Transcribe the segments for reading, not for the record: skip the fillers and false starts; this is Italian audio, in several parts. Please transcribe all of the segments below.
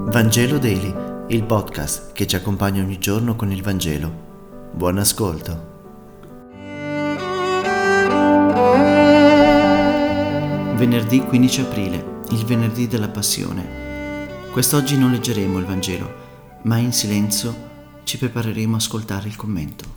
Vangelo Daily, il podcast che ci accompagna ogni giorno con il Vangelo. Buon ascolto. Venerdì 15 aprile, il venerdì della Passione. Quest'oggi non leggeremo il Vangelo, ma in silenzio ci prepareremo a ascoltare il commento.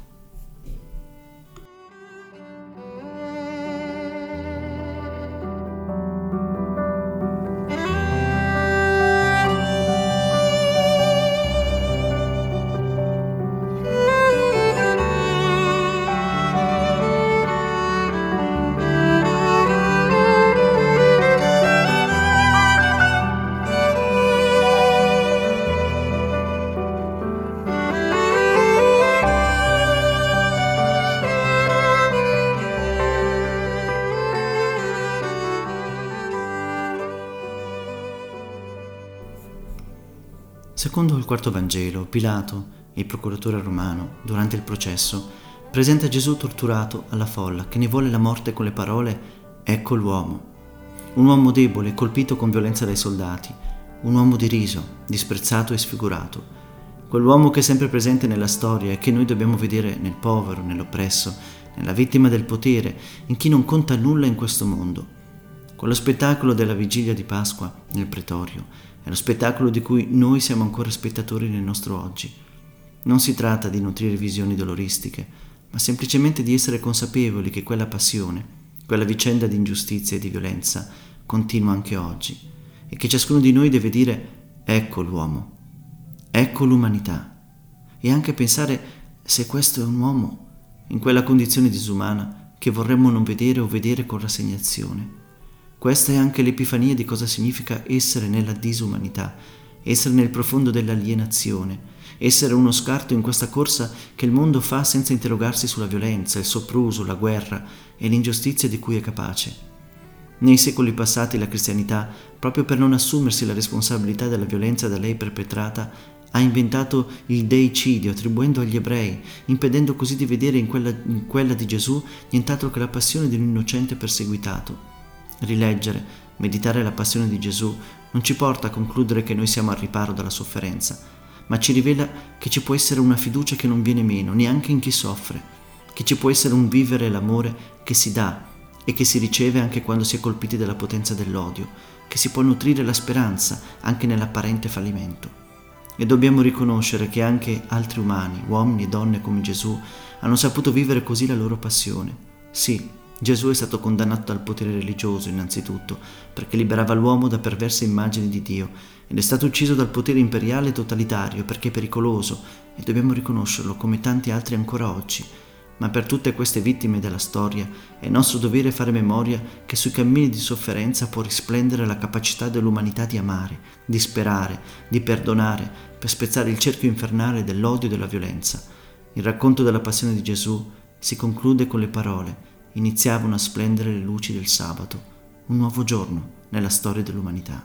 Secondo il quarto Vangelo, Pilato, il procuratore romano, durante il processo, presenta Gesù torturato alla folla che ne vuole la morte con le parole «Ecco l'uomo». Un uomo debole, colpito con violenza dai soldati, un uomo diriso, disprezzato e sfigurato. Quell'uomo che è sempre presente nella storia e che noi dobbiamo vedere nel povero, nell'oppresso, nella vittima del potere, in chi non conta nulla in questo mondo. Quello spettacolo della vigilia di Pasqua nel pretorio è lo spettacolo di cui noi siamo ancora spettatori nel nostro oggi. Non si tratta di nutrire visioni doloristiche, ma semplicemente di essere consapevoli che quella passione, quella vicenda di ingiustizia e di violenza continua anche oggi e che ciascuno di noi deve dire ecco l'uomo, ecco l'umanità e anche pensare se questo è un uomo in quella condizione disumana che vorremmo non vedere o vedere con rassegnazione. Questa è anche l'epifania di cosa significa essere nella disumanità, essere nel profondo dell'alienazione, essere uno scarto in questa corsa che il mondo fa senza interrogarsi sulla violenza, il sopruso, la guerra e l'ingiustizia di cui è capace. Nei secoli passati la cristianità, proprio per non assumersi la responsabilità della violenza da lei perpetrata, ha inventato il deicidio attribuendo agli ebrei, impedendo così di vedere in quella di Gesù nient'altro che la passione di un innocente perseguitato. Rileggere, meditare la passione di Gesù non ci porta a concludere che noi siamo al riparo dalla sofferenza, ma ci rivela che ci può essere una fiducia che non viene meno, neanche in chi soffre, che ci può essere un vivere l'amore che si dà e che si riceve anche quando si è colpiti dalla potenza dell'odio, che si può nutrire la speranza anche nell'apparente fallimento. E dobbiamo riconoscere che anche altri umani, uomini e donne come Gesù, hanno saputo vivere così la loro passione. Sì, Gesù è stato condannato dal potere religioso innanzitutto, perché liberava l'uomo da perverse immagini di Dio, ed è stato ucciso dal potere imperiale e totalitario perché è pericoloso, e dobbiamo riconoscerlo come tanti altri ancora oggi. Ma per tutte queste vittime della storia è nostro dovere fare memoria che sui cammini di sofferenza può risplendere la capacità dell'umanità di amare, di sperare, di perdonare, per spezzare il cerchio infernale dell'odio e della violenza. Il racconto della passione di Gesù si conclude con le parole «Iniziavano a splendere le luci del sabato, un nuovo giorno nella storia dell'umanità».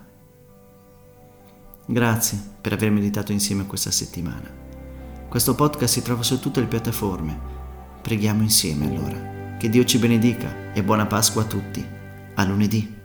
Grazie per aver meditato insieme questa settimana. Questo podcast si trova su tutte le piattaforme. Preghiamo insieme allora. Che Dio ci benedica e buona Pasqua a tutti. A lunedì.